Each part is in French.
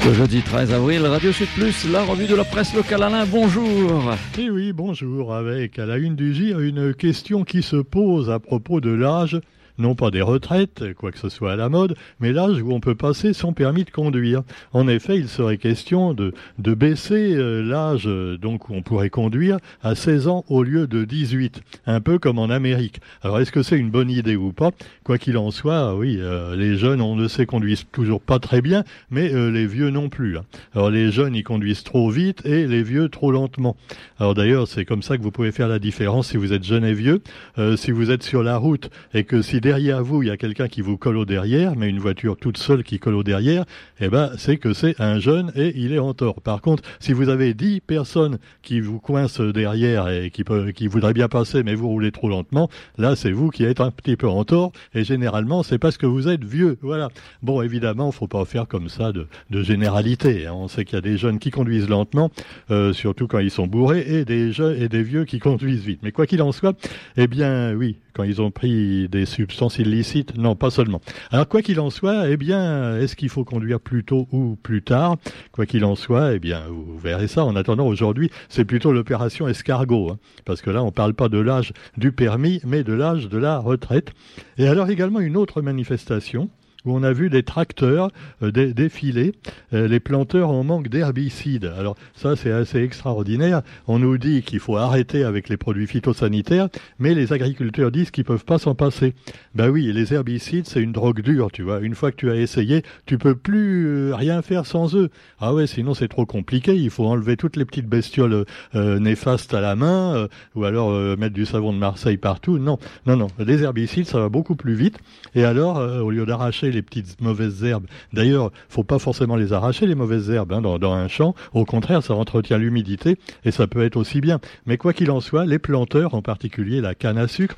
Le jeudi 13 avril, Radio Sud Plus, la revue de la presse locale. Alain, bonjour. Et oui, bonjour. Avec à la une du GIR, une question qui se pose à propos de l'âge, non pas des retraites, quoi que ce soit à la mode, mais l'âge où on peut passer son permis de conduire. En effet, il serait question de baisser l'âge donc où on pourrait conduire à 16 ans au lieu de 18, un peu comme en Amérique. Alors, est-ce que c'est une bonne idée ou pas ? Quoi qu'il en soit, oui, les jeunes, on ne sait, conduisent toujours pas très bien, mais les vieux non plus. Alors, les jeunes, ils conduisent trop vite et les vieux trop lentement. Alors d'ailleurs, c'est comme ça que vous pouvez faire la différence si vous êtes jeune et vieux. Si vous êtes sur la route et que si derrière vous, il y a quelqu'un qui vous colle au derrière, mais une voiture toute seule qui colle au derrière, eh ben, c'est que c'est un jeune et il est en tort. Par contre, si vous avez 10 personnes qui vous coincent derrière et qui voudraient bien passer, mais vous roulez trop lentement, là, c'est vous qui êtes un petit peu en tort, et généralement, c'est parce que vous êtes vieux. Voilà. Bon, évidemment, faut pas faire comme ça de généralité. On sait qu'il y a des jeunes qui conduisent lentement, surtout quand ils sont bourrés, et des jeunes et des vieux qui conduisent vite. Mais quoi qu'il en soit, eh bien, oui, quand ils ont pris des substances illicites, non, pas seulement. Alors, quoi qu'il en soit, eh bien, est-ce qu'il faut conduire plus tôt ou plus tard ? Quoi qu'il en soit, eh bien, vous verrez ça. En attendant, aujourd'hui, c'est plutôt l'opération escargot, parce que là, on parle pas de l'âge du permis, mais de l'âge de la retraite. Et alors, également, une autre manifestation où on a vu des tracteurs défiler, les planteurs en manque d'herbicides. Alors ça, c'est assez extraordinaire. On nous dit qu'il faut arrêter avec les produits phytosanitaires, mais les agriculteurs disent qu'ils peuvent pas s'en passer. Ben oui, les herbicides, c'est une drogue dure, tu vois. Une fois que tu as essayé, tu peux plus rien faire sans eux. Ah ouais, sinon c'est trop compliqué. Il faut enlever toutes les petites bestioles néfastes à la main, ou alors mettre du savon de Marseille partout. Non. Les herbicides, ça va beaucoup plus vite. Et alors, au lieu d'arracher les petites mauvaises herbes. D'ailleurs, faut pas forcément les arracher, les mauvaises herbes, dans un champ. Au contraire, ça entretient l'humidité et ça peut être aussi bien. Mais quoi qu'il en soit, les planteurs, en particulier la canne à sucre,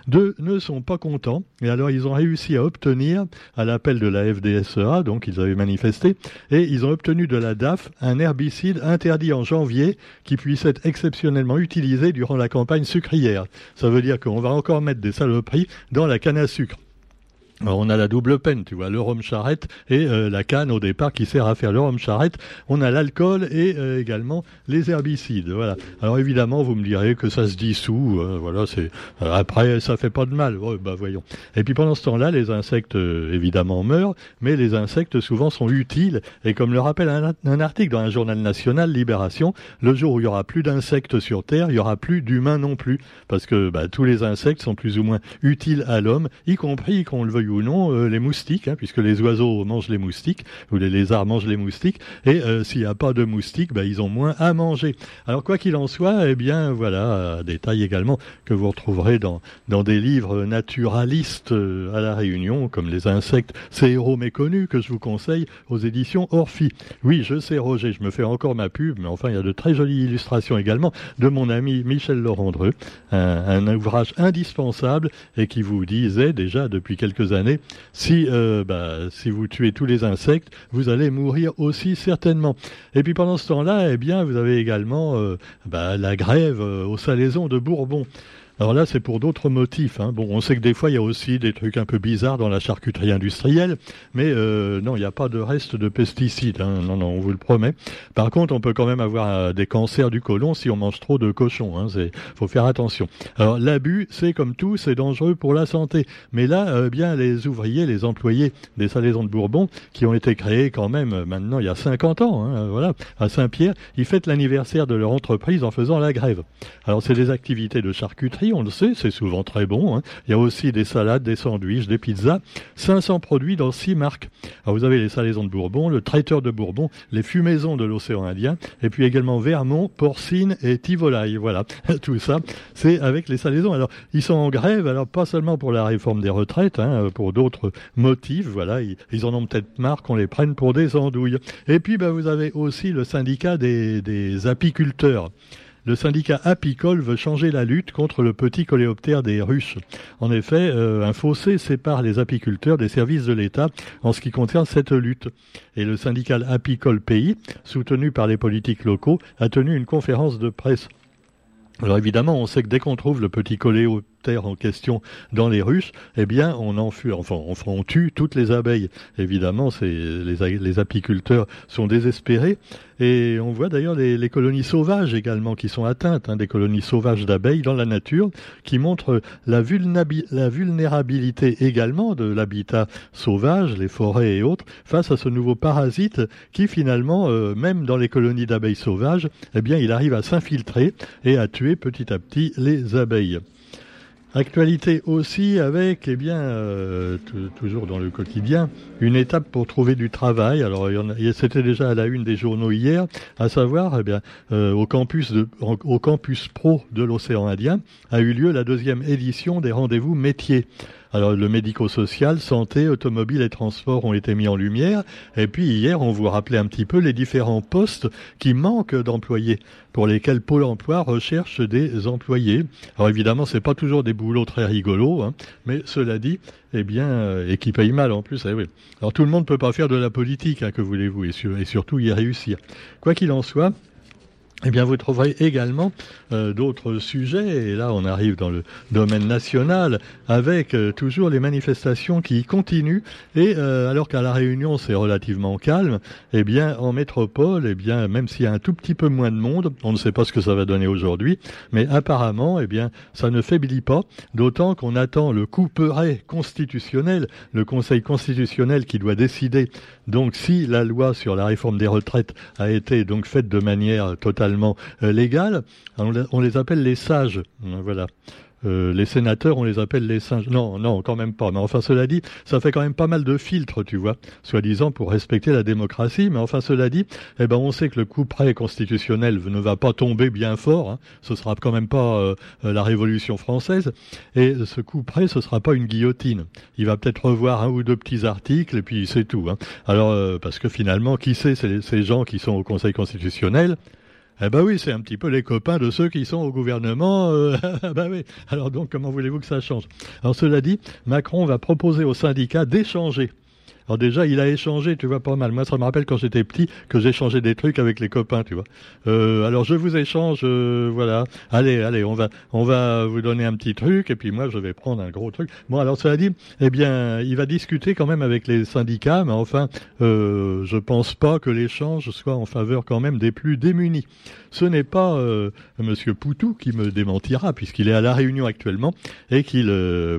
ne sont pas contents. Et alors, ils ont réussi à obtenir, à l'appel de la FDSEA, donc ils avaient manifesté, et ils ont obtenu de la DAF un herbicide interdit en janvier qui puisse être exceptionnellement utilisé durant la campagne sucrière. Ça veut dire qu'on va encore mettre des saloperies dans la canne à sucre. Alors on a la double peine, tu vois, le rhum charrette et la canne au départ qui sert à faire le rhum charrette. On a l'alcool et également les herbicides. Voilà. Alors évidemment, vous me direz que ça se dissout. Voilà, c'est après ça fait pas de mal. Ouais, bah voyons. Et puis pendant ce temps-là, les insectes évidemment meurent, mais les insectes souvent sont utiles. Et comme le rappelle un article dans un journal national, Libération, le jour où il y aura plus d'insectes sur Terre, il y aura plus d'humains non plus, parce que tous les insectes sont plus ou moins utiles à l'homme, y compris qu'on le veuille ou non, les moustiques, puisque les oiseaux mangent les moustiques, ou les lézards mangent les moustiques, et s'il n'y a pas de moustiques, ils ont moins à manger. Alors quoi qu'il en soit, eh bien voilà, détail également que vous retrouverez dans des livres naturalistes à La Réunion, comme Les insectes, ces héros méconnus, que je vous conseille aux éditions Orphi. Oui, je sais Roger, je me fais encore ma pub, mais enfin il y a de très jolies illustrations également de mon ami Michel Laurent-Dreux, un ouvrage indispensable et qui vous disait déjà depuis quelques années, si vous tuez tous les insectes, vous allez mourir aussi certainement. Et puis pendant ce temps-là, eh bien, vous avez également la grève aux salaisons de Bourbon. Alors là, c'est pour d'autres motifs. Bon, on sait que des fois, il y a aussi des trucs un peu bizarres dans la charcuterie industrielle, mais non, il n'y a pas de reste de pesticides. Non, on vous le promet. Par contre, on peut quand même avoir des cancers du côlon si on mange trop de cochons. Faut faire attention. Alors, l'abus, c'est comme tout, c'est dangereux pour la santé. Mais là, bien, les ouvriers, les employés des salaisons de Bourbon, qui ont été créés quand même maintenant il y a 50 ans, voilà, à Saint-Pierre, ils fêtent l'anniversaire de leur entreprise en faisant la grève. Alors, c'est des activités de charcuterie, on le sait, c'est souvent très bon. Il y a aussi des salades, des sandwichs, des pizzas. 500 produits dans 6 marques. Alors vous avez les salaisons de Bourbon, le traiteur de Bourbon, les fumaisons de l'océan Indien, et puis également Vermont, Porcine et Tivolaï. Voilà, tout ça, c'est avec les salaisons. Alors, ils sont en grève, alors pas seulement pour la réforme des retraites, pour d'autres motifs. Voilà, ils en ont peut-être marre qu'on les prenne pour des andouilles. Et puis, vous avez aussi le syndicat des apiculteurs. Le syndicat apicole veut changer la lutte contre le petit coléoptère des ruches. En effet, un fossé sépare les apiculteurs des services de l'État en ce qui concerne cette lutte. Et le syndicat apicole pays, soutenu par les politiques locaux, a tenu une conférence de presse. Alors évidemment, on sait que dès qu'on trouve le petit coléoptère coléoptère en question dans les ruches, eh bien, on tue toutes les abeilles. Évidemment, les apiculteurs sont désespérés. Et on voit d'ailleurs les colonies sauvages également qui sont atteintes, des colonies sauvages d'abeilles dans la nature, qui montrent la vulnérabilité également de l'habitat sauvage, les forêts et autres, face à ce nouveau parasite qui finalement, même dans les colonies d'abeilles sauvages, eh bien, il arrive à s'infiltrer et à tuer petit à petit les abeilles. Actualité aussi avec, toujours dans le quotidien, une étape pour trouver du travail. Alors, c'était déjà à la une des journaux hier, à savoir, au campus pro de l'océan Indien a eu lieu la 2e édition des rendez-vous métiers. Alors, le médico-social, santé, automobile et transport ont été mis en lumière. Et puis, hier, on vous rappelait un petit peu les différents postes qui manquent d'employés, pour lesquels Pôle emploi recherche des employés. Alors, évidemment, c'est pas toujours des boulots très rigolos, mais cela dit, et qui payent mal en plus. Oui. Alors, tout le monde peut pas faire de la politique, que voulez-vous, et surtout y réussir. Quoi qu'il en soit, vous trouverez également d'autres sujets, et là on arrive dans le domaine national, avec toujours les manifestations qui continuent, et alors qu'à La Réunion c'est relativement calme, en métropole, même s'il y a un tout petit peu moins de monde, on ne sait pas ce que ça va donner aujourd'hui, mais apparemment, ça ne faiblit pas, d'autant qu'on attend le couperet constitutionnel, le Conseil constitutionnel qui doit décider, donc si la loi sur la réforme des retraites a été donc faite de manière totalement légale, on les appelle les sages, voilà. Les sénateurs, on les appelle les singes. Non, quand même pas. Mais enfin, cela dit, ça fait quand même pas mal de filtres, tu vois, soi-disant pour respecter la démocratie. Mais enfin, cela dit, on sait que le couperet constitutionnel ne va pas tomber bien fort. Ce sera quand même pas la Révolution française. Et ce couperet, ce sera pas une guillotine. Il va peut-être revoir 1 ou 2 petits articles et puis c'est tout. Alors, parce que finalement, qui sait, ces gens qui sont au Conseil constitutionnel? Oui, c'est un petit peu les copains de ceux qui sont au gouvernement. Oui. Alors donc, comment voulez-vous que ça change? Alors cela dit, Macron va proposer aux syndicats d'échanger. Alors déjà, il a échangé, tu vois, pas mal. Moi, ça me rappelle quand j'étais petit que j'échangeais des trucs avec les copains, tu vois. Alors je vous échange, voilà. Allez, on va vous donner un petit truc et puis moi, je vais prendre un gros truc. Bon, alors cela dit, il va discuter quand même avec les syndicats, mais enfin, je pense pas que l'échange soit en faveur quand même des plus démunis. Ce n'est pas Monsieur Poutou qui me démentira, puisqu'il est à La Réunion actuellement et qu'il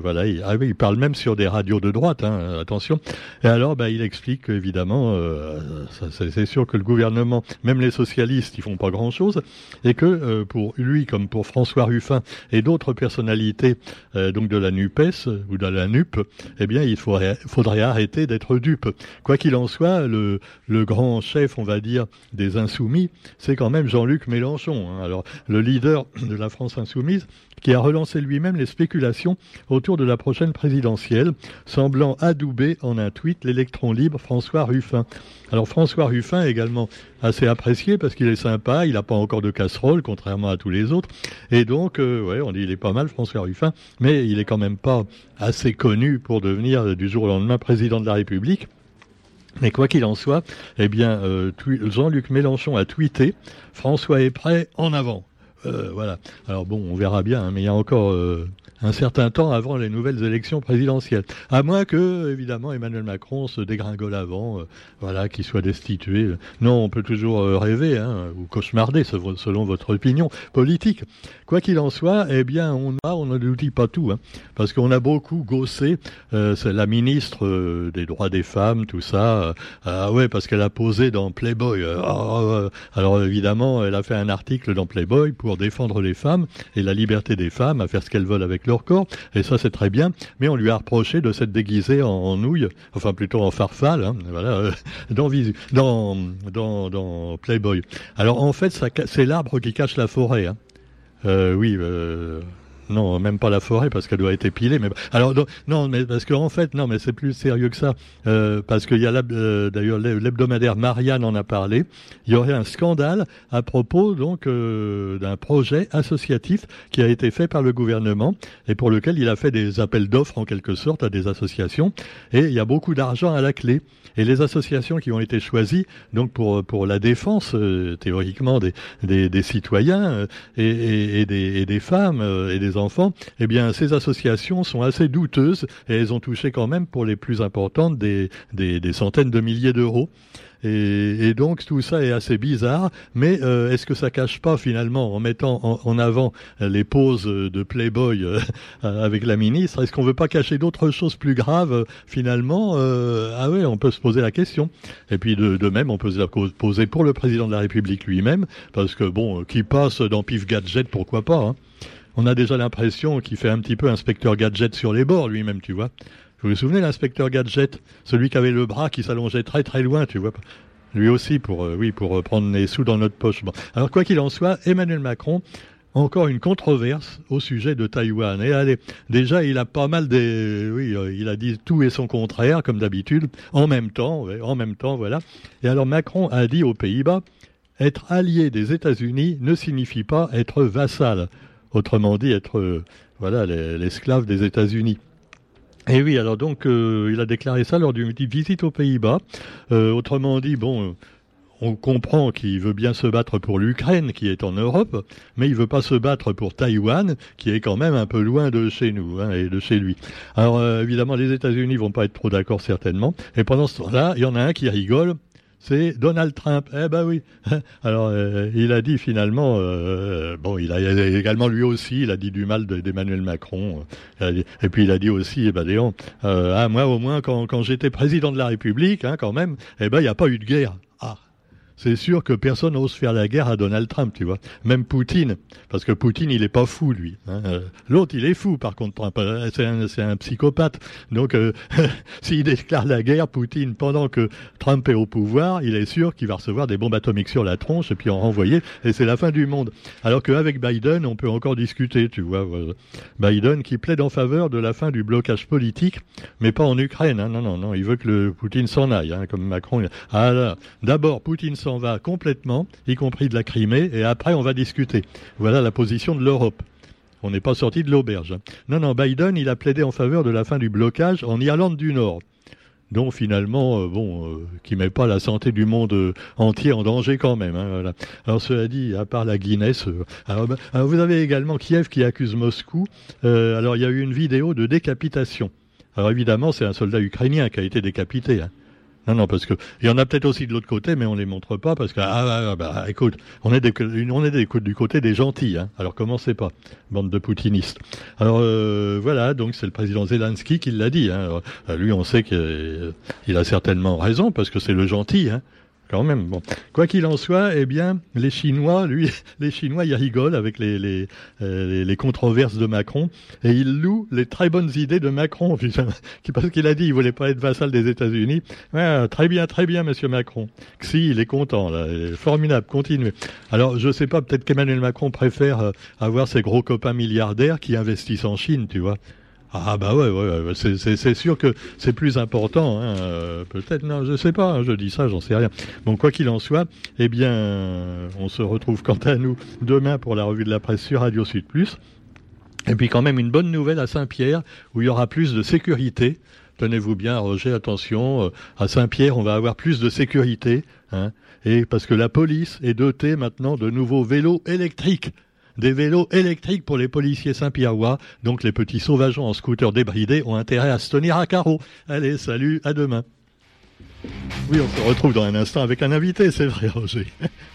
il parle même sur des radios de droite, attention. Et alors, il explique qu'évidemment, c'est sûr que le gouvernement, même les socialistes, ils font pas grand-chose, et que pour lui, comme pour François Ruffin et d'autres personnalités donc de la NUPES ou de la NUP, il faudrait arrêter d'être dupe. Quoi qu'il en soit, le grand chef, on va dire, des Insoumis, c'est quand même Jean-Luc Mélenchon. Alors, le leader de la France Insoumise, qui a relancé lui-même les spéculations autour de la prochaine présidentielle, semblant adouber en un tweet l'électron libre François Ruffin. Alors François Ruffin est également assez apprécié parce qu'il est sympa, il n'a pas encore de casserole, contrairement à tous les autres, et donc, on dit il est pas mal François Ruffin, mais il est quand même pas assez connu pour devenir du jour au lendemain président de la République. Mais quoi qu'il en soit, Jean-Luc Mélenchon a tweeté « François est prêt, en avant ». Voilà. Alors bon, on verra bien, mais il y a encore un certain temps avant les nouvelles élections présidentielles. À moins que, évidemment, Emmanuel Macron se dégringole avant, qu'il soit destitué. Non, on peut toujours rêver, ou cauchemarder, selon votre opinion politique. Quoi qu'il en soit, on ne nous dit pas tout, parce qu'on a beaucoup gaussé c'est la ministre des droits des femmes, tout ça. Parce qu'elle a posé dans Playboy. Alors évidemment, elle a fait un article dans Playboy pour défendre les femmes et la liberté des femmes à faire ce qu'elles veulent avec leur corps, et ça c'est très bien, mais on lui a reproché de s'être déguisée en nouille, enfin plutôt en farfalle, dans Playboy. Alors en fait, c'est l'arbre qui cache la forêt. Non, même pas la forêt parce qu'elle doit être épilée. Mais alors non, mais parce qu'en fait, non, mais c'est plus sérieux que ça. Parce qu'il y a d'ailleurs l'hebdomadaire Marianne en a parlé. Il y aurait un scandale à propos donc d'un projet associatif qui a été fait par le gouvernement et pour lequel il a fait des appels d'offres en quelque sorte à des associations. Et il y a beaucoup d'argent à la clé. Et les associations qui ont été choisies donc pour la défense théoriquement des citoyens et des femmes et des des enfants, eh bien ces associations sont assez douteuses et elles ont touché quand même pour les plus importantes des centaines de milliers d'euros. Et donc tout ça est assez bizarre, mais est-ce que ça cache pas finalement, en mettant en avant les poses de Playboy avec la ministre, est-ce qu'on veut pas cacher d'autres choses plus graves finalement? Ah ouais, on peut se poser la question. Et puis de même, on peut se la poser pour le président de la République lui-même, parce que bon, qui passe dans Pif Gadget, pourquoi pas, hein. On a déjà l'impression qu'il fait un petit peu inspecteur Gadget sur les bords lui-même, tu vois. Vous vous souvenez l'inspecteur Gadget, celui qui avait le bras qui s'allongeait très très loin, tu vois. Lui aussi pour prendre les sous dans notre poche. Bon. Alors quoi qu'il en soit, Emmanuel Macron, encore une controverse au sujet de Taïwan. Et allez, déjà il a pas mal il a dit tout et son contraire comme d'habitude, en même temps, voilà. Et alors Macron a dit aux Pays-Bas, être allié des États-Unis ne signifie pas être vassal. Autrement dit, être l'esclave des États-Unis. Et oui, alors donc il a déclaré ça lors d'une visite aux Pays-Bas. Autrement dit, on comprend qu'il veut bien se battre pour l'Ukraine, qui est en Europe, mais il veut pas se battre pour Taïwan, qui est quand même un peu loin de chez nous, hein, et de chez lui. Alors évidemment, les États-Unis vont pas être trop d'accord certainement. Et pendant ce temps-là, il y en a un qui rigole. C'est Donald Trump. Eh ben oui. Alors, il a dit finalement, il a également lui aussi, il a dit du mal d'Emmanuel Macron. Et puis il a dit aussi, moi au moins quand j'étais président de la République, hein, quand même, il n'y a pas eu de guerre. C'est sûr que personne n'ose faire la guerre à Donald Trump, tu vois. Même Poutine, parce que Poutine, il est pas fou, lui. Hein. L'autre, il est fou, par contre, Trump. C'est un psychopathe. Donc, s'il déclare la guerre, Poutine, pendant que Trump est au pouvoir, il est sûr qu'il va recevoir des bombes atomiques sur la tronche et puis en renvoyer, et c'est la fin du monde. Alors qu'avec Biden, on peut encore discuter, tu vois. Biden qui plaide en faveur de la fin du blocage politique, mais pas en Ukraine. Hein. Non, il veut que le Poutine s'en aille, hein, comme Macron. Ah là, d'abord, Poutine s'en va complètement, y compris de la Crimée, et après on va discuter. Voilà la position de l'Europe. On n'est pas sorti de l'auberge. Hein. Non, Biden, il a plaidé en faveur de la fin du blocage en Irlande du Nord. Donc finalement, qui met pas la santé du monde entier en danger quand même. Hein, voilà. Alors cela dit, à part la Guinness, alors, vous avez également Kiev qui accuse Moscou. Alors il y a eu une vidéo de décapitation. Alors évidemment, c'est un soldat ukrainien qui a été décapité. Hein. Non, parce que il y en a peut-être aussi de l'autre côté, mais on les montre pas parce que écoute, on est du côté des gentils, hein. Alors commencez pas, bande de poutinistes. Alors voilà, donc c'est le président Zelensky qui l'a dit. Hein. Alors, lui, on sait qu'il a certainement raison parce que c'est le gentil, hein. Quand même, bon. Quoi qu'il en soit, eh bien, les Chinois, ils rigolent avec les controverses de Macron et ils louent les très bonnes idées de Macron, putain, parce qu'il a dit il voulait pas être vassal des États-Unis. Ouais, très bien, monsieur Macron. Si, il est content, là. Formidable, continuez. Alors, je sais pas, peut-être qu'Emmanuel Macron préfère avoir ses gros copains milliardaires qui investissent en Chine, tu vois. Ah bah ouais, c'est sûr que c'est plus important, hein, peut-être, non, je sais pas, hein, je dis ça, j'en sais rien. Bon, quoi qu'il en soit, eh bien, on se retrouve quant à nous demain pour la revue de la presse sur Radio Sud Plus. Et puis quand même une bonne nouvelle à Saint-Pierre, où il y aura plus de sécurité. Tenez-vous bien, Roger, attention, à Saint-Pierre, on va avoir plus de sécurité, hein, et parce que la police est dotée maintenant de nouveaux vélos électriques. Des vélos électriques pour les policiers Saint-Pierrois. Donc les petits sauvageons en scooter débridés ont intérêt à se tenir à carreau. Allez, salut, à demain. Oui, on se retrouve dans un instant avec un invité, c'est vrai, Roger.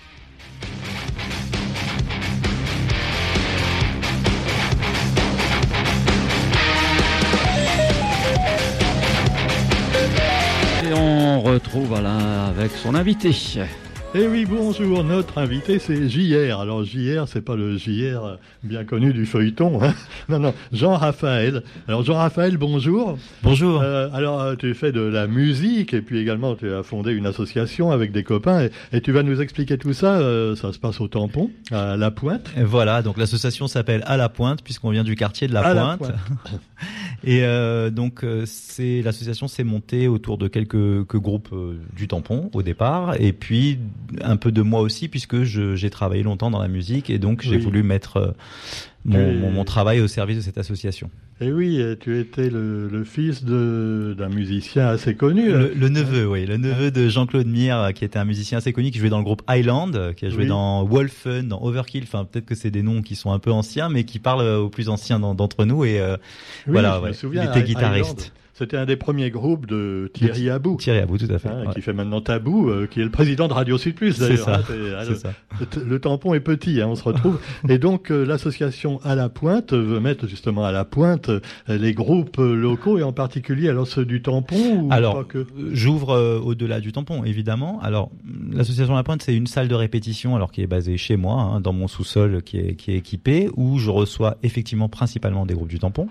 Et on retrouve Alain avec son invité. Eh oui, bonjour, notre invité c'est JR. Alors JR, c'est pas le JR bien connu du feuilleton, hein. Non, Jean-Raphaël. Alors Jean-Raphaël, bonjour. Bonjour. Alors tu fais de la musique et puis également tu as fondé une association avec des copains et tu vas nous expliquer tout ça. Ça se passe au Tampon, à La Pointe. Et voilà, donc l'association s'appelle À la Pointe puisqu'on vient du quartier de La Pointe. Et donc l'association s'est montée autour de quelques groupes du Tampon au départ et puis un peu de moi aussi, puisque j'ai travaillé longtemps dans la musique et donc j'ai voulu mettre mon travail au service de cette association. Et oui, tu étais le fils d'un musicien assez connu. Le neveu, oui, le neveu de Jean-Claude Mire, qui était un musicien assez connu, qui jouait dans le groupe Highland, qui a joué dans Wolfen, dans Overkill. Enfin, peut-être que c'est des noms qui sont un peu anciens, mais qui parlent aux plus anciens d'entre nous. Et voilà, je me souviens, il était guitariste. Highland. C'était un des premiers groupes de Thierry Abou. Thierry Abou, tout à fait. Qui fait maintenant Tabou, qui est le président de Radio Sud Plus d'ailleurs. C'est ça. Le tampon est petit, on se retrouve. Et donc l'association À la Pointe veut mettre justement à la pointe les groupes locaux et en particulier alors ceux du tampon. Alors, j'ouvre au-delà du tampon, évidemment. Alors, l'association À la Pointe, c'est une salle de répétition, alors qui est basée chez moi, dans mon sous-sol qui est équipé, où je reçois effectivement principalement des groupes du tampon.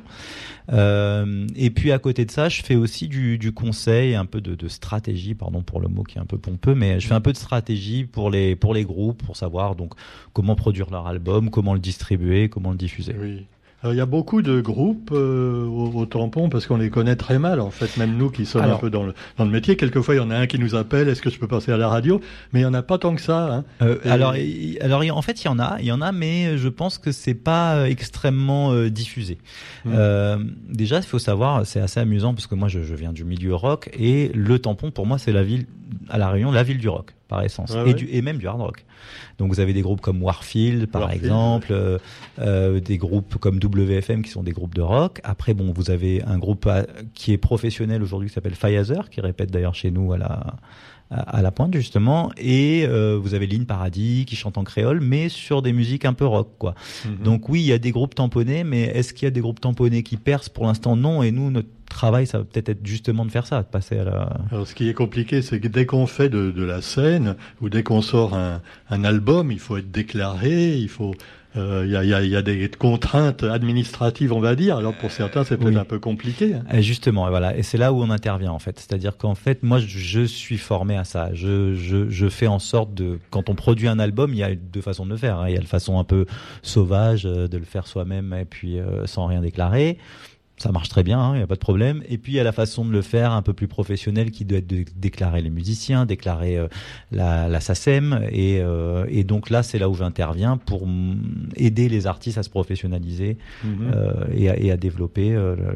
Et puis à côté de ça, je fais aussi du conseil, un peu de stratégie, pardon pour le mot qui est un peu pompeux, mais je fais un peu de stratégie pour les groupes, pour savoir donc comment produire leur album, comment le distribuer, comment le diffuser. Oui. Alors, il y a beaucoup de groupes au tampon parce qu'on les connaît très mal en fait, même nous qui sommes un peu dans le métier. Quelquefois, il y en a un qui nous appelle, est-ce que je peux passer à la radio? Mais il y en a pas tant que ça. Alors en fait, il y en a, mais je pense que c'est pas extrêmement diffusé. Déjà, il faut savoir, c'est assez amusant parce que moi, je viens du milieu rock et le tampon, pour moi, c'est la ville à La Réunion, la ville du rock par essence, et même du hard rock. Donc vous avez des groupes comme Warfield par exemple, des groupes comme WFM qui sont des groupes de rock. Après bon, vous avez un groupe qui est professionnel aujourd'hui qui s'appelle Fayazer, qui répète d'ailleurs chez nous à la Pointe justement, et vous avez Lynn Paradis qui chante en créole mais sur des musiques un peu rock quoi. Donc oui, il y a des groupes tamponnés, mais est-ce qu'il y a des groupes tamponnés qui percent? Pour l'instant non, et nous notre travail ça va peut-être être justement de faire ça, de passer à la... Alors ce qui est compliqué, c'est que dès qu'on fait de la scène ou dès qu'on sort un album, il faut être déclaré, il faut il y a des contraintes administratives, on va dire. Alors pour certains, c'est peut-être un peu compliqué. Justement, voilà, et c'est là où on intervient en fait. C'est-à-dire qu'en fait, moi, je suis formé à ça. Je fais en sorte de, quand on produit un album, il y a deux façons de le faire. Il y a la façon un peu sauvage de le faire soi-même et puis sans rien déclarer. Ça marche très bien, il n'y a pas de problème. Et puis il y a la façon de le faire un peu plus professionnelle qui doit être de déclarer les musiciens, déclarer la SACEM. Et donc là, c'est là où j'interviens pour aider les artistes à se professionnaliser et à développer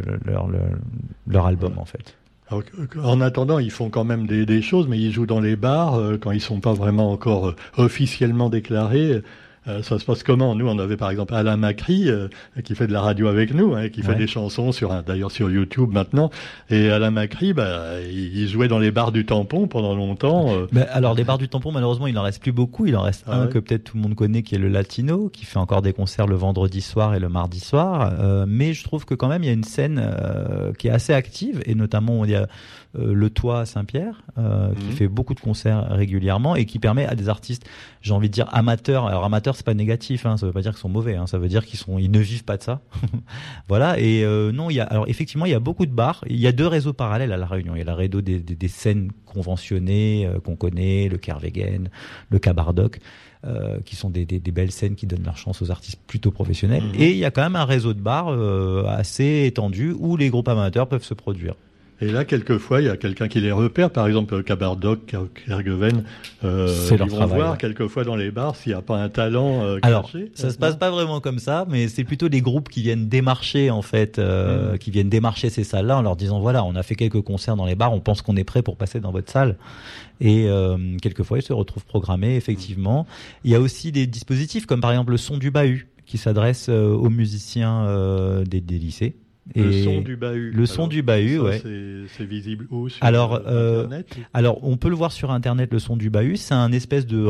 leur album en fait. Alors, en attendant, ils font quand même des choses, mais ils jouent dans les bars quand ils sont pas vraiment encore officiellement déclarés. Ça se passe comment? Nous, on avait par exemple Alain Macri qui fait de la radio avec nous, qui fait des chansons d'ailleurs sur YouTube maintenant. Et Alain Macri, il jouait dans les bars du tampon pendant longtemps. Alors les bars du tampon, malheureusement, il en reste plus beaucoup. Il en reste un que peut-être tout le monde connaît, qui est le Latino, qui fait encore des concerts le vendredi soir et le mardi soir. Mais je trouve que quand même il y a une scène qui est assez active, et notamment il y a le Toit à Saint-Pierre qui fait beaucoup de concerts régulièrement et qui permet à des artistes, j'ai envie de dire amateurs. Alors amateurs, c'est pas négatif, ça veut pas dire qu'ils sont mauvais, ça veut dire ils ne vivent pas de ça. Voilà. Et non, alors effectivement il y a beaucoup de bars. Il y a deux réseaux parallèles à La Réunion. Il y a le réseau des scènes conventionnées qu'on connaît, le Kervegen, le Cabardoc, qui sont des belles scènes qui donnent leur chance aux artistes plutôt professionnels. Et il y a quand même un réseau de bars assez étendu où les groupes amateurs peuvent se produire. Et là, quelquefois, il y a quelqu'un qui les repère, par exemple Cabardoc, Kerguven, ils vont voir quelquefois dans les bars s'il n'y a pas un talent caché. Alors, ça se passe pas vraiment comme ça, mais c'est plutôt des groupes qui viennent démarcher en fait, qui viennent démarcher ces salles-là en leur disant voilà, on a fait quelques concerts dans les bars, on pense qu'on est prêt pour passer dans votre salle. Et quelquefois, ils se retrouvent programmés, effectivement. Il y a aussi des dispositifs comme par exemple le son du bahut qui s'adresse aux musiciens des lycées. Le son du bahut. Le son du bahut, c'est visible où sur Internet? Alors, on peut le voir sur Internet, le son du bahut. C'est un espèce de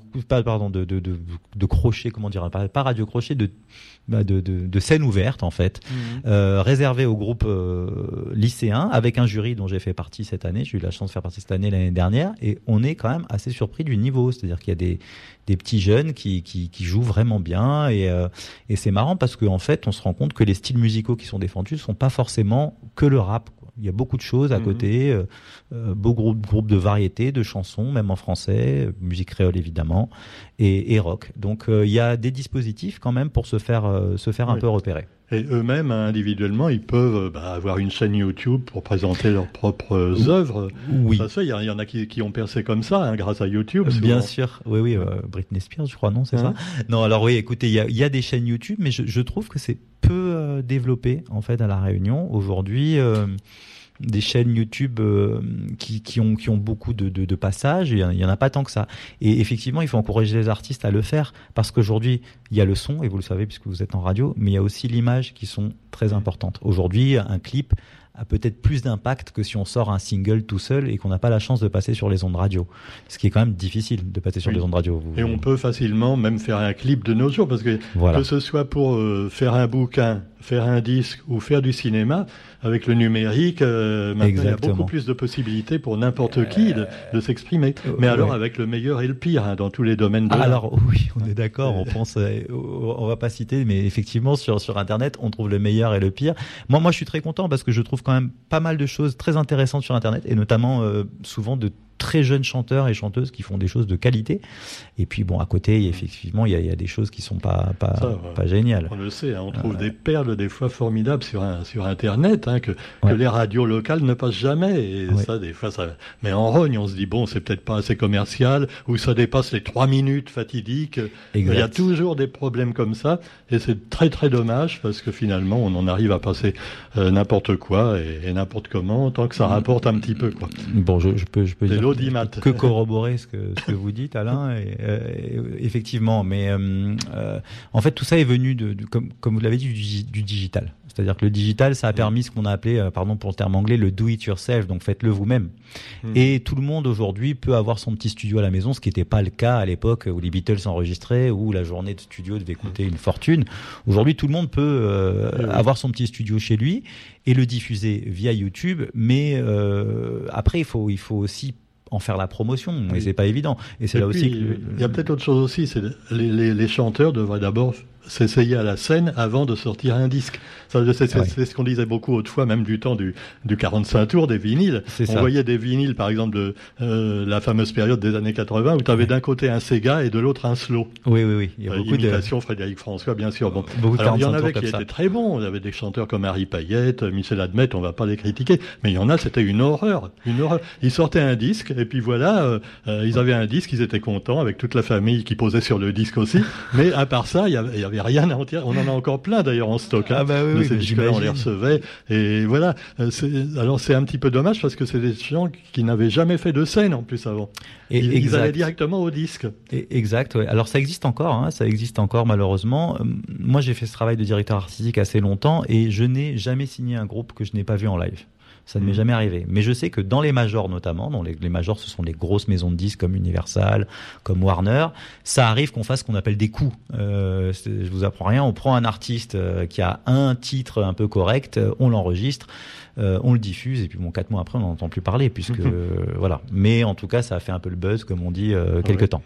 de crochet, comment dire, pas radio crochet, de scène ouverte, en fait, réservé aux groupes lycéens, avec un jury dont j'ai fait partie cette année. J'ai eu la chance de faire partie cette année, l'année dernière, et on est quand même assez surpris du niveau. C'est-à-dire qu'il y a des petits jeunes qui jouent vraiment bien, et c'est marrant parce qu'en fait, on se rend compte que les styles musicaux qui sont défendus ne sont pas forcément que le rap. Il y a beaucoup de choses à côté, beaucoup de groupes de variétés, de chansons, même en français, musique créole évidemment, et rock. Donc il y a des dispositifs quand même pour se faire un peu repérer. Et eux-mêmes, individuellement, ils peuvent avoir une chaîne YouTube pour présenter leurs propres œuvres. Oui. Ça, il y en a qui ont percé comme ça, grâce à YouTube. Bien sûr. Oui. Britney Spears, je crois, non, c'est ça? Non, alors oui, écoutez, il y a des chaînes YouTube, mais je trouve que c'est peu développé, en fait, à La Réunion. Aujourd'hui, des chaînes YouTube qui ont beaucoup de passages, il y en a pas tant que ça. Et effectivement, il faut encourager les artistes à le faire, parce qu'aujourd'hui, il y a le son, et vous le savez puisque vous êtes en radio, mais il y a aussi l'image qui sont très importantes. Aujourd'hui, un clip a peut-être plus d'impact que si on sort un single tout seul et qu'on n'a pas la chance de passer sur les ondes radio. Ce qui est quand même difficile de passer sur les ondes radio. Et on peut facilement même faire un clip de nos jours, parce que que ce soit pour faire un bouquin, faire un disque ou faire du cinéma, avec le numérique, maintenant il y a beaucoup plus de possibilités pour n'importe qui de s'exprimer. Mais alors avec le meilleur et le pire, dans tous les domaines de l'art. Alors oui, on est d'accord, on va pas citer, mais effectivement sur Internet, on trouve le meilleur et le pire. Moi je suis très content parce que je trouve quand même pas mal de choses très intéressantes sur Internet, et notamment souvent de très jeunes chanteurs et chanteuses qui font des choses de qualité. Et puis à côté, effectivement, il y a des choses qui sont pas géniales. On le sait, on trouve des perles des fois formidables sur Internet, que les radios locales ne passent jamais. Et ça, des fois, ça met en rogne. On se dit, c'est peut-être pas assez commercial, ou ça dépasse les 3 minutes fatidiques. Il y a toujours des problèmes comme ça, et c'est très très dommage, parce que finalement, on en arrive à passer n'importe quoi et n'importe comment, tant que ça rapporte un petit peu, quoi. Bon, je peux dire que corroborer ce que vous dites, Alain, effectivement. Mais en fait, tout ça est venu comme vous l'avez dit, du digital. C'est-à-dire que le digital, ça a permis ce qu'on a appelé, pardon pour le terme anglais, le do it yourself, donc faites-le vous-même. Et tout le monde aujourd'hui peut avoir son petit studio à la maison, ce qui n'était pas le cas à l'époque où les Beatles s'enregistraient, où la journée de studio devait coûter une fortune. Aujourd'hui, tout le monde peut avoir son petit studio chez lui et le diffuser via YouTube, mais après, il faut aussi en faire la promotion, et c'est pas évident. Et c'est là aussi que il y a peut-être autre chose aussi, c'est les chanteurs devraient d'abord s'essayer à la scène avant de sortir un disque. C'est ce qu'on disait beaucoup autrefois, même du temps du 45 tours, des vinyles. On voyait des vinyles, par exemple, de la fameuse période des années 80, où tu avais d'un côté un Sega et de l'autre un slow. Oui. Il y a beaucoup imitation Frédéric François, bien sûr. Alors, il y en avait qui étaient très bons. Il y avait des chanteurs comme Harry Payette, Michel Admet, on va pas les critiquer. Mais il y en a, c'était une horreur. Ils sortaient un disque, et puis voilà, ils avaient un disque, ils étaient contents, avec toute la famille qui posait sur le disque aussi. Mais à part ça, il y avait rien à en tirer. On en a encore plein d'ailleurs en stock. Ces disques-là, on les recevait. Et voilà. Alors c'est un petit peu dommage, parce que c'est des gens qui n'avaient jamais fait de scène en plus avant. Ils allaient directement au disque. Exact. Ouais. Alors ça existe encore. Ça existe encore malheureusement. Moi j'ai fait ce travail de directeur artistique assez longtemps, et je n'ai jamais signé un groupe que je n'ai pas vu en live. Ça ne m'est jamais arrivé. Mais je sais que dans les majors notamment, les majors, ce sont les grosses maisons de disques comme Universal, comme Warner, ça arrive qu'on fasse ce qu'on appelle des coups. Je vous apprends rien, on prend un artiste qui a un titre un peu correct, on l'enregistre, on le diffuse, et puis 4 mois après on n'en entend plus parler, puisque voilà. Mais en tout cas, ça a fait un peu le buzz, comme on dit, quelque temps.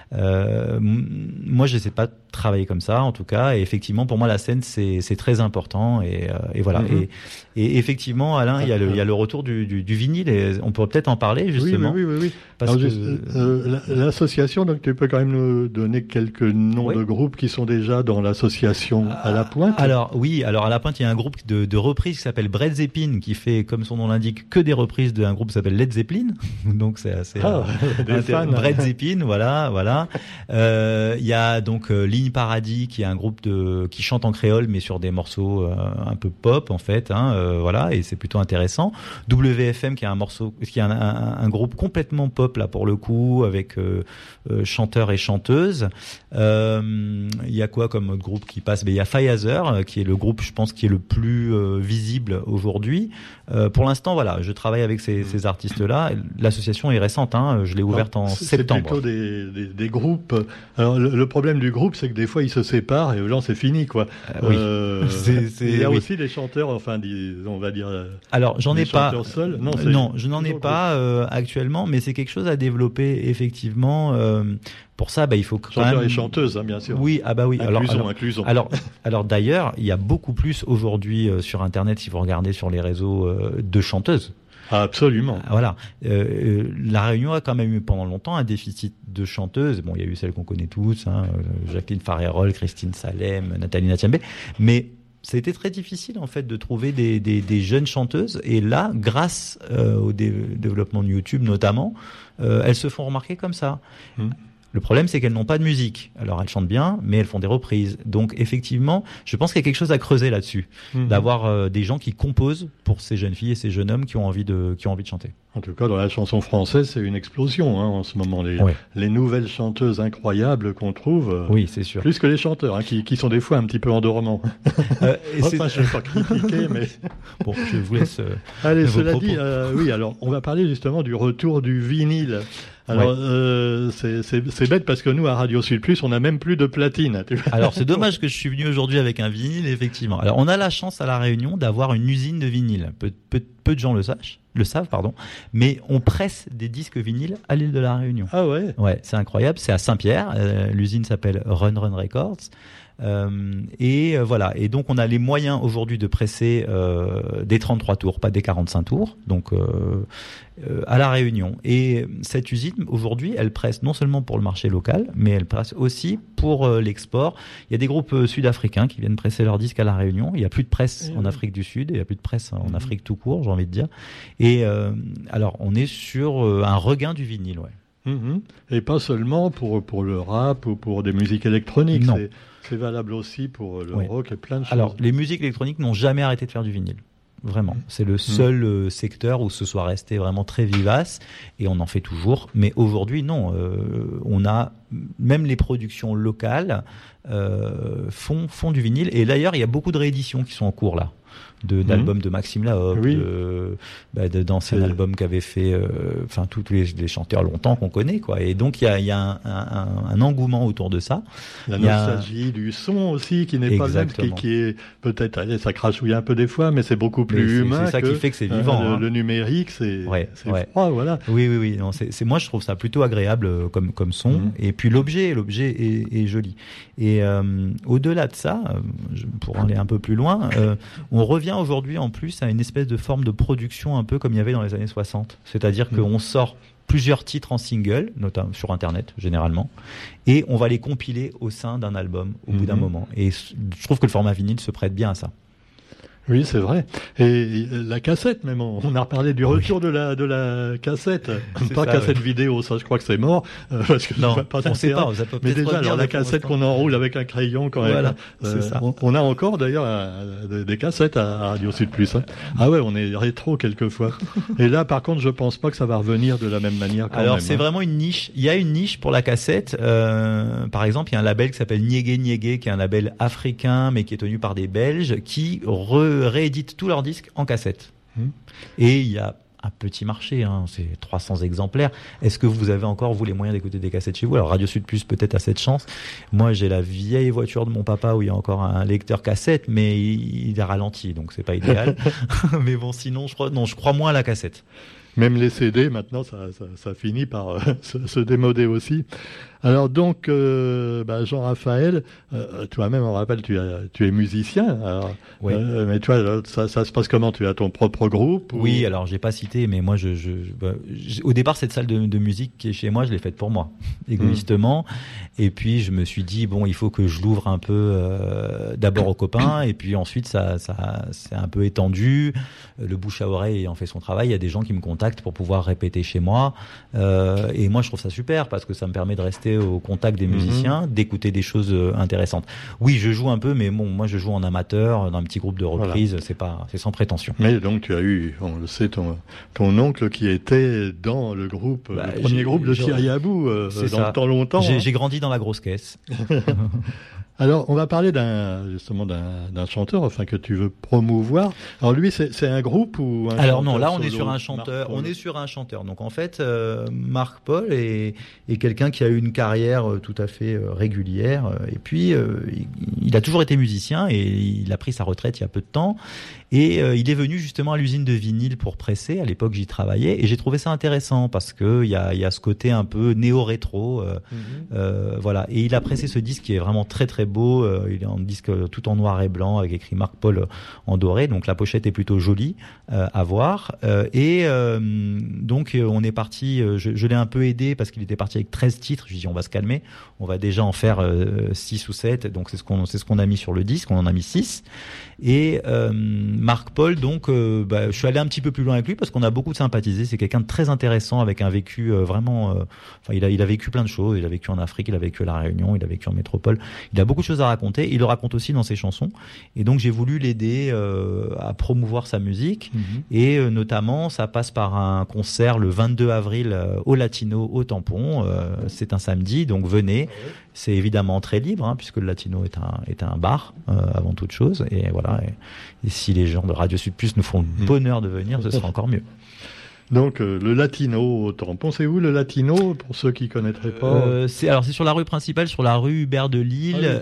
Moi, j'essaie pas de travailler comme ça, en tout cas, et effectivement, pour moi, la scène, c'est très important, et voilà. Et effectivement, Alain, il y a le retour du vinyle, et on pourrait peut-être en parler, justement. Oui. Parce que l'association, donc tu peux quand même nous donner quelques noms de groupes qui sont déjà dans l'association à la Pointe. Alors à la Pointe, il y a un groupe de reprises qui s'appelle Brett Zeppelin, qui fait, comme son nom l'indique, que des reprises d'un groupe qui s'appelle Led Zeppelin. Donc c'est assez Brett Zeppelin, voilà. Il y a donc Ligne Paradis, qui est un groupe qui chante en créole, mais sur des morceaux un peu pop en fait, voilà, et c'est plutôt intéressant. WFM, qui est un groupe complètement pop là pour le coup, avec chanteurs et chanteuses. Il y a quoi comme autre groupe qui passe? Il y a Fayazer, qui est le groupe, je pense, qui est le plus visible aujourd'hui. Pour l'instant, voilà, je travaille avec ces artistes-là. L'association est récente, je l'ai ouverte en septembre. C'est plutôt des groupes. Alors le problème du groupe, c'est que des fois ils se séparent et là c'est fini, quoi. Il y a aussi des chanteurs, enfin, on va dire. Alors j'en ai pas. Seuls. Non, je n'en ai pas actuellement, mais c'est quelque chose à développer effectivement. Pour ça, il faut quand même... Chanteurs et chanteuses, bien sûr. Oui, oui. Inclusion. Alors d'ailleurs, il y a beaucoup plus aujourd'hui sur Internet, si vous regardez sur les réseaux, de chanteuses. Absolument. Voilà. La Réunion a quand même eu pendant longtemps un déficit de chanteuses. Bon, il y a eu celles qu'on connaît tous, Jacqueline Farérol, Christine Salem, Nathalie Natiambé. Mais Ça a été très difficile en fait de trouver des jeunes chanteuses, et là, grâce au développement de YouTube notamment, elles se font remarquer comme ça. Le problème, c'est qu'elles n'ont pas de musique. Alors, elles chantent bien, mais elles font des reprises. Donc, effectivement, je pense qu'il y a quelque chose à creuser là-dessus, d'avoir des gens qui composent pour ces jeunes filles et ces jeunes hommes qui ont envie de chanter. En tout cas, dans la chanson française, c'est une explosion en ce moment. Les nouvelles chanteuses incroyables qu'on trouve, oui, c'est sûr. Plus que les chanteurs, qui sont des fois un petit peu endormants. Enfin, je ne vais pas critiquer, mais... Bon, je vous laisse... Allez, cela dit, oui, alors, on va parler justement du retour du vinyle. Alors, c'est bête parce que nous, à Radio Sud Plus, on n'a même plus de platine. Alors, c'est dommage que je suis venu aujourd'hui avec un vinyle, effectivement. Alors, on a la chance à La Réunion d'avoir une usine de vinyle. Peu de gens le savent, mais on presse des disques vinyles à l'île de La Réunion. Ah ouais? Ouais, c'est incroyable. C'est à Saint-Pierre. L'usine s'appelle Run Records. Voilà. Et donc, on a les moyens aujourd'hui de presser des 33 tours, pas des 45 tours. Donc, à La Réunion. Et cette usine, aujourd'hui, elle presse non seulement pour le marché local, mais elle presse aussi pour l'export. Il y a des groupes sud-africains qui viennent presser leurs disques à La Réunion. Il n'y a plus de presse en Afrique du Sud, il n'y a plus de presse en Afrique tout court, j'ai envie de dire. Et alors, on est sur un regain du vinyle, ouais. Et pas seulement pour le rap ou pour des musiques électroniques. Non. C'est valable aussi pour le rock et plein de choses. Alors, les musiques électroniques n'ont jamais arrêté de faire du vinyle. Vraiment. C'est le seul secteur où ce soit resté vraiment très vivace, et on en fait toujours. Mais aujourd'hui, non. On a même les productions locales font du vinyle. Et d'ailleurs, il y a beaucoup de rééditions qui sont en cours là. D'albums de Maxime Lahope, d'anciens albums qu'avaient fait tous les chanteurs longtemps qu'on connaît, quoi. Et donc il y a un engouement autour de ça. La nostalgie du son aussi, qui n'est pas le même, qui est peut-être, ça crachouille un peu des fois, mais c'est beaucoup plus humain. C'est ça qui fait que c'est vivant. Le numérique, c'est froid, voilà. Oui. Non, moi je trouve ça plutôt agréable comme son. Et puis l'objet est joli. Et au-delà de ça, pour aller un peu plus loin, on revient aujourd'hui en plus à une espèce de forme de production un peu comme il y avait dans les années 60. C'est-à-dire qu'on sort plusieurs titres en single, notamment sur Internet généralement, et on va les compiler au sein d'un album au bout d'un moment. Et je trouve que le format vinyle se prête bien à ça. Oui, c'est vrai. Et la cassette, même, on a reparlé du retour de la cassette. Pas cassette vidéo, ça, je crois que c'est mort. Parce que non, on sait pas. Mais déjà, alors, la cassette qu'on enroule avec un crayon, quand même. Voilà, c'est ça. On a encore, d'ailleurs, des cassettes à Radio Sud Plus. Ah ouais, on est rétro quelquefois. Et là, par contre, je pense pas que ça va revenir de la même manière quand alors, c'est vraiment une niche. Il y a une niche pour la cassette. Par exemple, il y a un label qui s'appelle Niégué Niégué, qui est un label africain, mais qui est tenu par des Belges, qui rééditent tous leurs disques en cassette. Et il y a un petit marché, c'est 300 exemplaires. Est-ce que vous avez encore, vous, les moyens d'écouter des cassettes chez vous? Alors, Radio Sud Plus peut-être a cette chance. Moi, j'ai la vieille voiture de mon papa où il y a encore un lecteur cassette, mais il est ralenti, donc c'est pas idéal. Mais bon, sinon, je crois moins à la cassette. Même les CD, maintenant, ça finit par se démoder aussi. Alors donc, Jean-Raphaël, toi-même, on rappelle, tu es musicien. Alors, oui. Mais toi, ça se passe comment? Tu as ton propre groupe? Oui, alors j'ai pas cité, mais moi, au départ, cette salle de musique qui est chez moi, je l'ai faite pour moi, égoïstement. Et puis je me suis dit bon, il faut que je l'ouvre un peu d'abord aux copains, et puis ensuite ça s'est un peu étendu. Le bouche à oreille ayant fait son travail, il y a des gens qui me contactent pour pouvoir répéter chez moi. Et moi, je trouve ça super parce que ça me permet de rester au contact des musiciens, d'écouter des choses intéressantes. Oui, je joue un peu, mais bon, moi je joue en amateur, dans un petit groupe de reprise, voilà. C'est sans prétention. Mais donc tu as eu, on le sait, ton oncle qui était dans le groupe, le premier groupe de Thierry Abou, dans le temps longtemps. J'ai grandi dans la grosse caisse. Alors, on va parler d'un chanteur, enfin, que tu veux promouvoir. Alors, lui, c'est un groupe ou un chanteur? Alors non, là, on est sur un chanteur. On est sur un chanteur. Donc, en fait, Marc Paul est quelqu'un qui a eu une carrière tout à fait régulière. Et puis, il a toujours été musicien et il a pris sa retraite il y a peu de temps. Et il est venu justement à l'usine de vinyle pour presser. À l'époque, j'y travaillais et j'ai trouvé ça intéressant parce que il y a ce côté un peu néo-rétro. Voilà. Et il a pressé ce disque qui est vraiment très très beau. Il est en disque tout en noir et blanc avec écrit Marc Paul en doré. Donc la pochette est plutôt jolie à voir. Donc on est parti. Je l'ai un peu aidé parce qu'il était parti avec 13 titres. Je lui ai dit on va se calmer. On va déjà en faire 6 ou 7. Donc c'est ce qu'on a mis sur le disque. On en a mis 6. Et Marc Paul, donc, je suis allé un petit peu plus loin avec lui parce qu'on a beaucoup sympathisé. C'est quelqu'un de très intéressant avec un vécu vraiment. Il a vécu plein de choses. Il a vécu en Afrique, il a vécu à La Réunion, il a vécu en métropole. Il a beaucoup de choses à raconter. Il le raconte aussi dans ses chansons. Et donc j'ai voulu l'aider à promouvoir sa musique. Et notamment, ça passe par un concert le 22 avril au Latino, au Tampon. C'est un samedi, donc venez. C'est évidemment très libre, puisque le Latino est un bar avant toute chose. Et voilà. Et si les gens de Radio Sud Plus nous font le bonheur de venir, ce sera encore mieux. Donc le Latino au Tampon, c'est où le Latino pour ceux qui connaîtraient pas c'est sur la rue principale, sur la rue Hubert de Lille.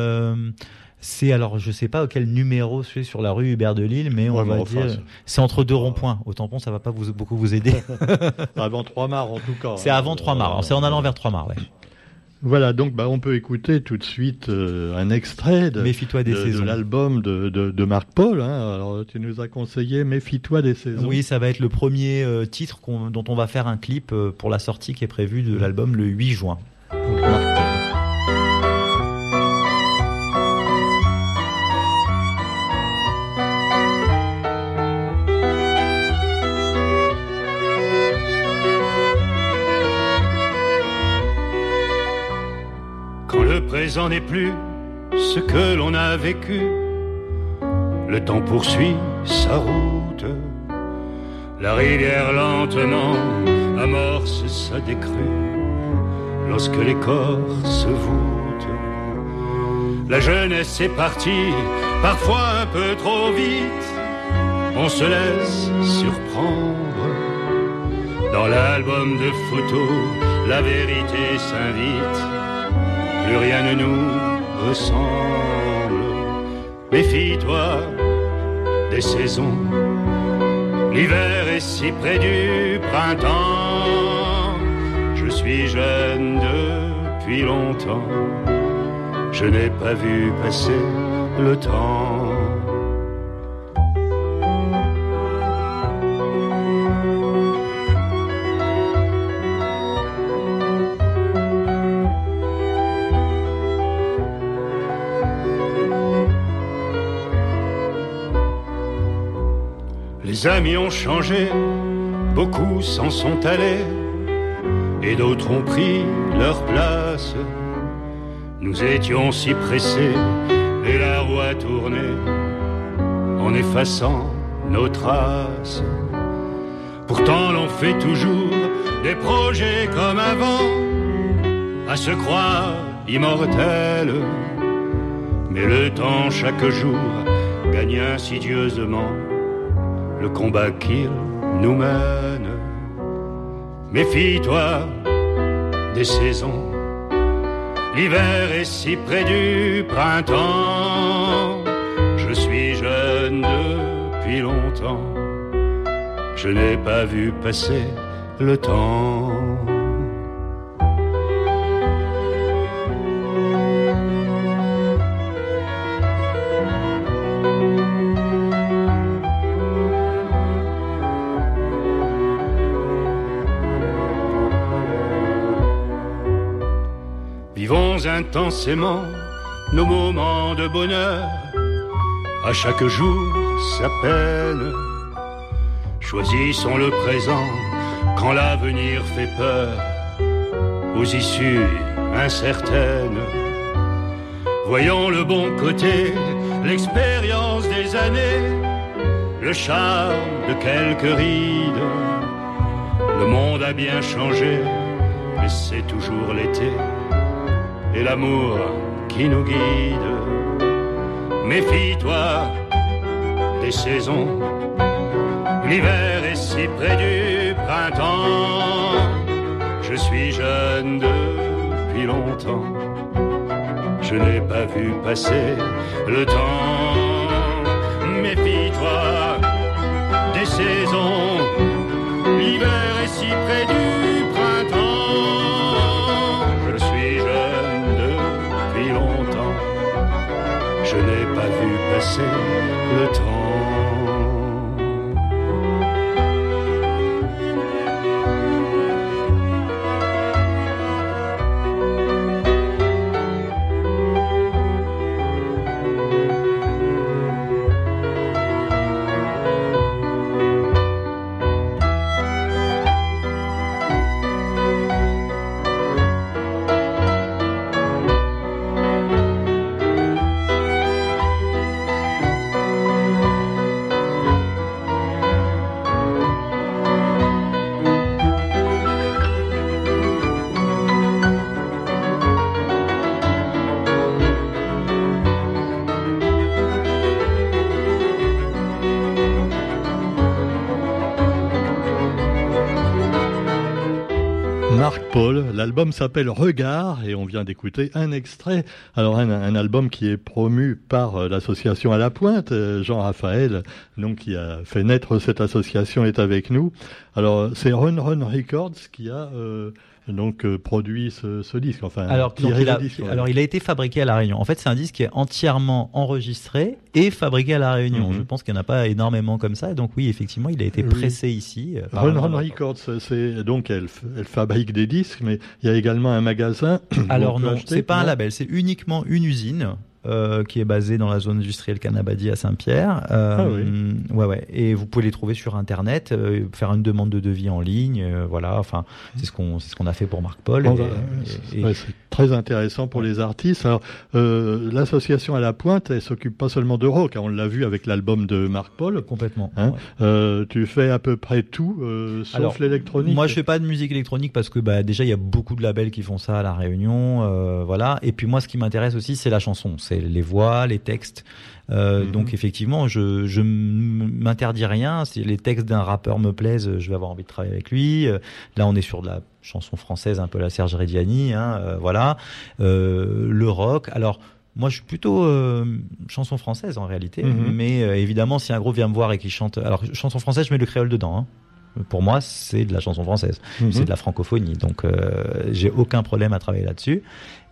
Je sais pas quel numéro c'est sur la rue Hubert de Lille, mais on va dire c'est entre deux ronds-points. Au Tampon, ça va pas beaucoup vous aider. Avant Trois-Mars en tout cas. C'est avant Trois-Mars. C'est en allant vers Trois-Mars. Ouais. Voilà, donc on peut écouter tout de suite un extrait de l'album de Marc Paul. Alors tu nous as conseillé Méfie-toi des saisons. Oui, ça va être le premier titre dont on va faire un clip pour la sortie qui est prévue de l'album le 8 juin. Donc, Marc Paul. Le présent n'est plus ce que l'on a vécu. Le temps poursuit sa route. La rivière lentement amorce sa décrue lorsque les corps se voûtent. La jeunesse est partie, parfois un peu trop vite. On se laisse surprendre. Dans l'album de photos, la vérité s'invite. Plus rien ne nous ressemble. Méfie-toi des saisons. L'hiver est si près du printemps. Je suis jeune depuis longtemps. Je n'ai pas vu passer le temps. Les amis ont changé, beaucoup s'en sont allés, et d'autres ont pris leur place. Nous étions si pressés, et la roue a tourné, en effaçant nos traces. Pourtant l'on fait toujours des projets comme avant, à se croire immortels. Mais le temps chaque jour gagne insidieusement le combat qu'il nous mène. Méfie-toi des saisons. L'hiver est si près du printemps. Je suis jeune depuis longtemps. Je n'ai pas vu passer le temps. Vivons intensément nos moments de bonheur, à chaque jour sa peine. Choisissons le présent quand l'avenir fait peur, aux issues incertaines. Voyons le bon côté, l'expérience des années, le charme de quelques rides. Le monde a bien changé, mais c'est toujours l'été et l'amour qui nous guide. Méfie-toi des saisons. L'hiver est si près du printemps. Je suis jeune depuis longtemps. Je n'ai pas vu passer le temps. Méfie-toi des saisons. L'hiver est si près du printemps. Je suis jeune depuis longtemps. le temps. Marc Paul, l'album s'appelle Regard et on vient d'écouter un extrait. Alors un album qui est promu par l'association À la Pointe. Jean-Raphaël, donc qui a fait naître cette association, est avec nous. Alors c'est Run Run Records qui a produit ce disque. Enfin, alors il a été fabriqué à La Réunion. En fait, c'est un disque qui est entièrement enregistré et fabriqué à La Réunion. Je pense qu'il n'y en a pas énormément comme ça. Donc oui, effectivement, il a été pressé ici. Run Run Records, c'est donc elle fabrique des disques, mais il y a également un magasin. Alors non, c'est pas un label, c'est uniquement une usine. Qui est basée dans la zone industrielle Canabadi à Saint-Pierre. Ouais. Et vous pouvez les trouver sur Internet, faire une demande de devis en ligne, voilà. Enfin, c'est ce qu'on a fait pour Marc Paul. C'est très intéressant pour les artistes. Alors, l'association À la Pointe, elle s'occupe pas seulement de rock. On l'a vu avec l'album de Marc Paul. Complètement. Tu fais à peu près tout, sauf l'électronique. Moi, je fais pas de musique électronique parce que déjà il y a beaucoup de labels qui font ça à La Réunion, voilà. Et puis moi, ce qui m'intéresse aussi, c'est la chanson. C'est les voix, les textes. Donc effectivement, je m'interdis rien. Si les textes d'un rappeur me plaisent, je vais avoir envie de travailler avec lui. Là, on est sur de la chanson française, un peu la Serge Reggiani, voilà. Le rock. Alors, moi, je suis plutôt chanson française en réalité. Mais évidemment, si un groupe vient me voir et qu'il chante... Alors, chanson française, je mets le créole dedans, Pour moi, c'est de la chanson française, c'est de la francophonie, donc j'ai aucun problème à travailler là-dessus,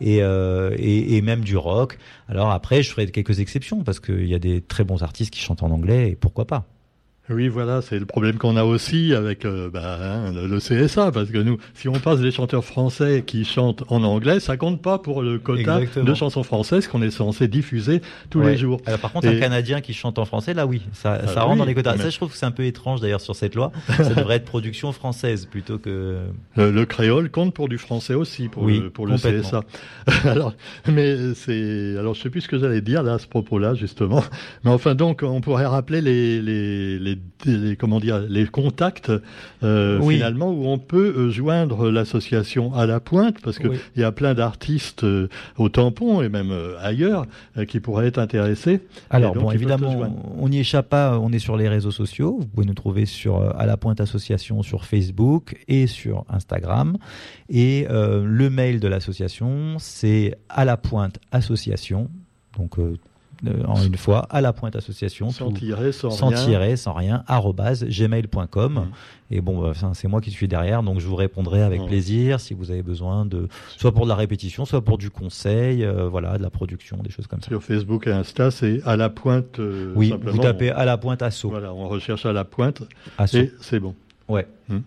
et même du rock. Alors après, je ferai quelques exceptions parce qu'il y a des très bons artistes qui chantent en anglais, et pourquoi pas. Oui, voilà, c'est le problème qu'on a aussi avec le CSA, parce que nous, si on passe des chanteurs français qui chantent en anglais, ça compte pas pour le quota de chansons françaises qu'on est censé diffuser tous les jours. Alors, par contre, un Canadien qui chante en français, là oui, ça rentre dans les quotas. Ça, je trouve que c'est un peu étrange d'ailleurs sur cette loi. Ça devrait être production française plutôt que... Le créole compte pour du français aussi, pour le CSA. Alors, je sais plus ce que j'allais dire là à ce propos-là, justement. Mais enfin, donc, on pourrait rappeler les contacts finalement où on peut joindre l'association À la Pointe, parce que il y a plein d'artistes au Tampon et même ailleurs qui pourraient être intéressés. Alors bon, évidemment, on n'y échappe pas, on est sur les réseaux sociaux. Vous pouvez nous trouver sur À la Pointe Association sur Facebook et sur Instagram. Et le mail de l'association, c'est à la pointe association. Donc en une fois, À la Pointe Association, sans rien, @gmail.com. Et bon, c'est moi qui suis derrière, donc je vous répondrai avec plaisir si vous avez besoin soit pour de la répétition, soit pour du conseil, voilà, de la production, des choses comme ça. Sur Facebook et Insta, c'est À la Pointe. Oui, vous tapez À la Pointe Asso. Voilà, on recherche À la Pointe Asso. Et c'est bon. Ouais.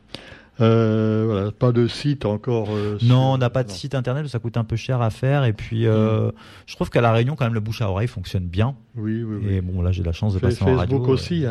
Voilà, pas de site encore. Non, on n'a pas de site internet, ça coûte un peu cher à faire. Et puis, je trouve qu'à La Réunion, quand même, le bouche à oreille fonctionne bien. Oui. Et bon, là, j'ai la chance de passer en radio. Facebook aussi,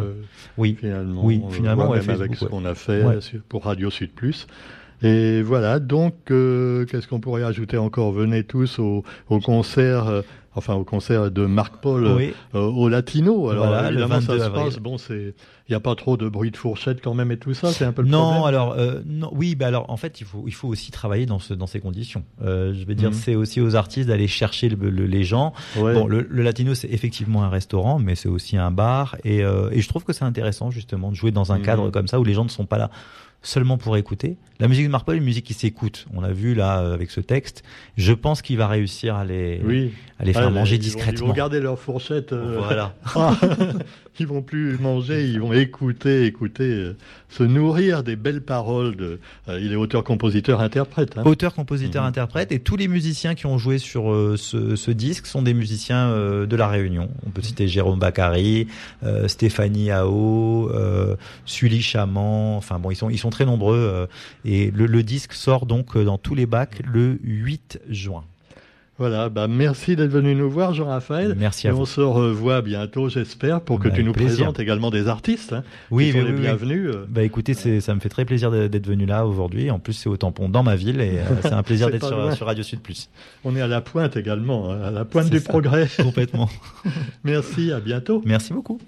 finalement, même Facebook, avec ce qu'on a fait pour Radio Sud Plus. Et voilà, donc, qu'est-ce qu'on pourrait ajouter encore? Venez tous au concert. Au concert de Marc Paul au Latino. Alors voilà, évidemment, le 22 ça se avril. passe. Bon, il n'y a pas trop de bruit de fourchette quand même et tout ça. C'est un peu le problème. Alors en fait, il faut aussi travailler dans ces conditions. Je vais dire, c'est aussi aux artistes d'aller chercher les gens. Ouais. Bon, le Latino, c'est effectivement un restaurant, mais c'est aussi un bar. Et je trouve que c'est intéressant justement de jouer dans un cadre comme ça où les gens ne sont pas là seulement pour écouter. La musique de Marc Paul est une musique qui s'écoute. On l'a vu là avec ce texte. Je pense qu'il va réussir à les faire manger discrètement. Ils vont garder leur fourchette. Voilà. Ils vont plus manger, ils vont écouter, se nourrir des belles paroles. Il est auteur, compositeur, interprète. Auteur, compositeur, interprète. Et tous les musiciens qui ont joué sur ce disque sont des musiciens de La Réunion. On peut citer Jérôme Bacary, Stéphanie Ao, Sully Chamant. Enfin bon, ils sont très nombreux. Et le disque sort donc dans tous les bacs le 8 juin. Voilà, merci d'être venu nous voir, Jean-Raphaël. Merci à vous. On se revoit bientôt, j'espère, pour que tu nous présentes également des artistes qui sont les bienvenus. Écoutez, ça me fait très plaisir d'être venu là aujourd'hui. En plus, c'est au Tampon, dans ma ville, et c'est un plaisir d'être sur Radio Sud Plus. On est à la pointe également, à la pointe du progrès. Complètement. Merci, à bientôt. Merci beaucoup.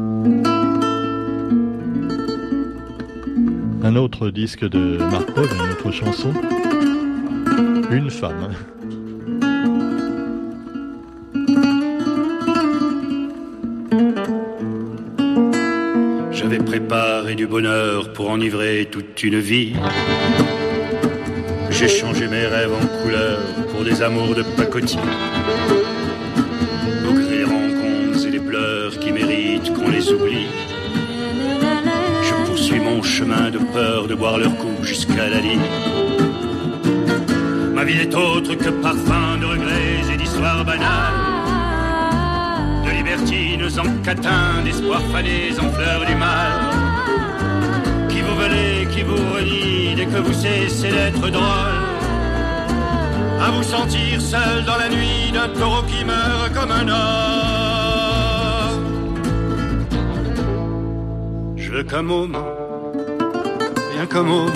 Un autre disque de Marc Paul, une autre chanson. Une femme. J'avais préparé du bonheur pour enivrer toute une vie. J'ai changé mes rêves en couleurs pour des amours de pacotille. Malgré les rencontres et les pleurs qui méritent qu'on les oublie, je poursuis mon chemin de peur de boire leur coup jusqu'à la lie. Ma vie n'est autre que parfum de regrets et d'histoires banales, de libertines en catin, d'espoirs fanés en fleurs du mal, qui vous volez, qui vous renie dès que vous cessez d'être drôle, à vous sentir seul dans la nuit d'un taureau qui meurt comme un homme. Je veux qu'un moment, rien qu'un moment,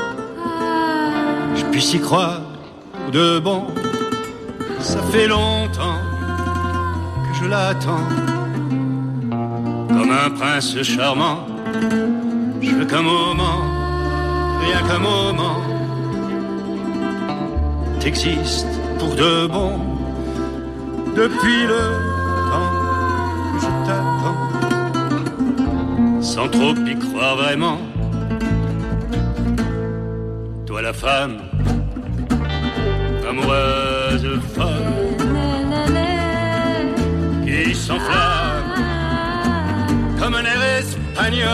je puisse y croire de bon. Ça fait longtemps que je l'attends, comme un prince charmant. Je veux qu'un moment, rien qu'un moment, t'existes pour de bon. Depuis le temps que je t'attends, sans trop y croire vraiment. Toi la femme, amoureuse folle, qui s'enflamme comme un air espagnol.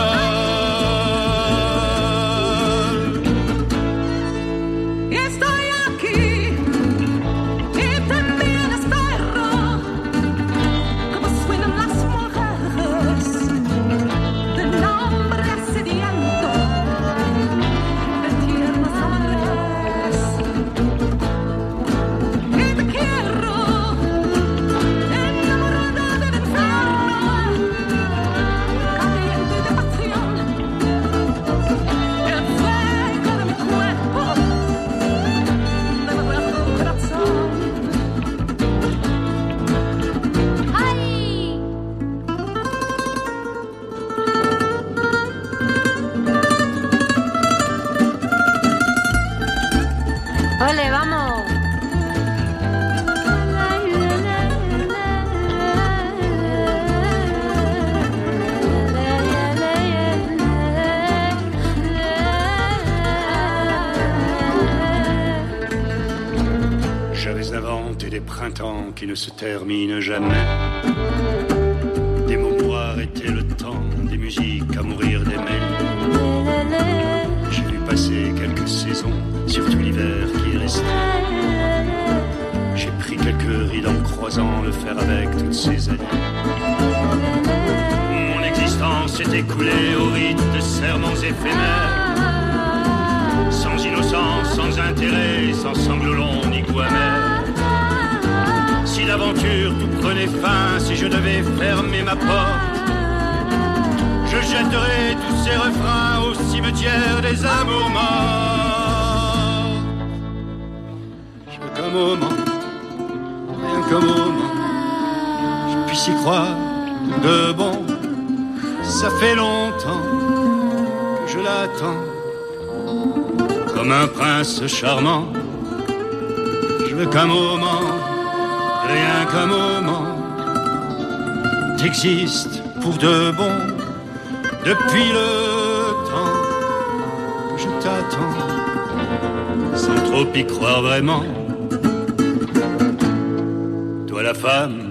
Qui ne se termine jamais. Des mots pour arrêter le temps, des musiques à mourir d'aimer. J'ai vu passer quelques saisons, surtout l'hiver qui est resté. J'ai pris quelques rides en croisant le fer avec toutes ces années. Mon existence s'est écoulée au rythme de serments éphémères, sans innocence, sans intérêt, sans sanglots longs ni goût amer. Si l'aventure tout prenait fin, si je devais fermer ma porte, je jetterais tous ces refrains au cimetière des amours morts. Je veux qu'un moment, rien qu'un moment, je puisse y croire de bon. Ça fait longtemps que je l'attends, comme un prince charmant. Je veux qu'un moment, rien qu'un moment, t'existes pour de bon. Depuis le temps que je temps, sans trop y croire vraiment. Toi la femme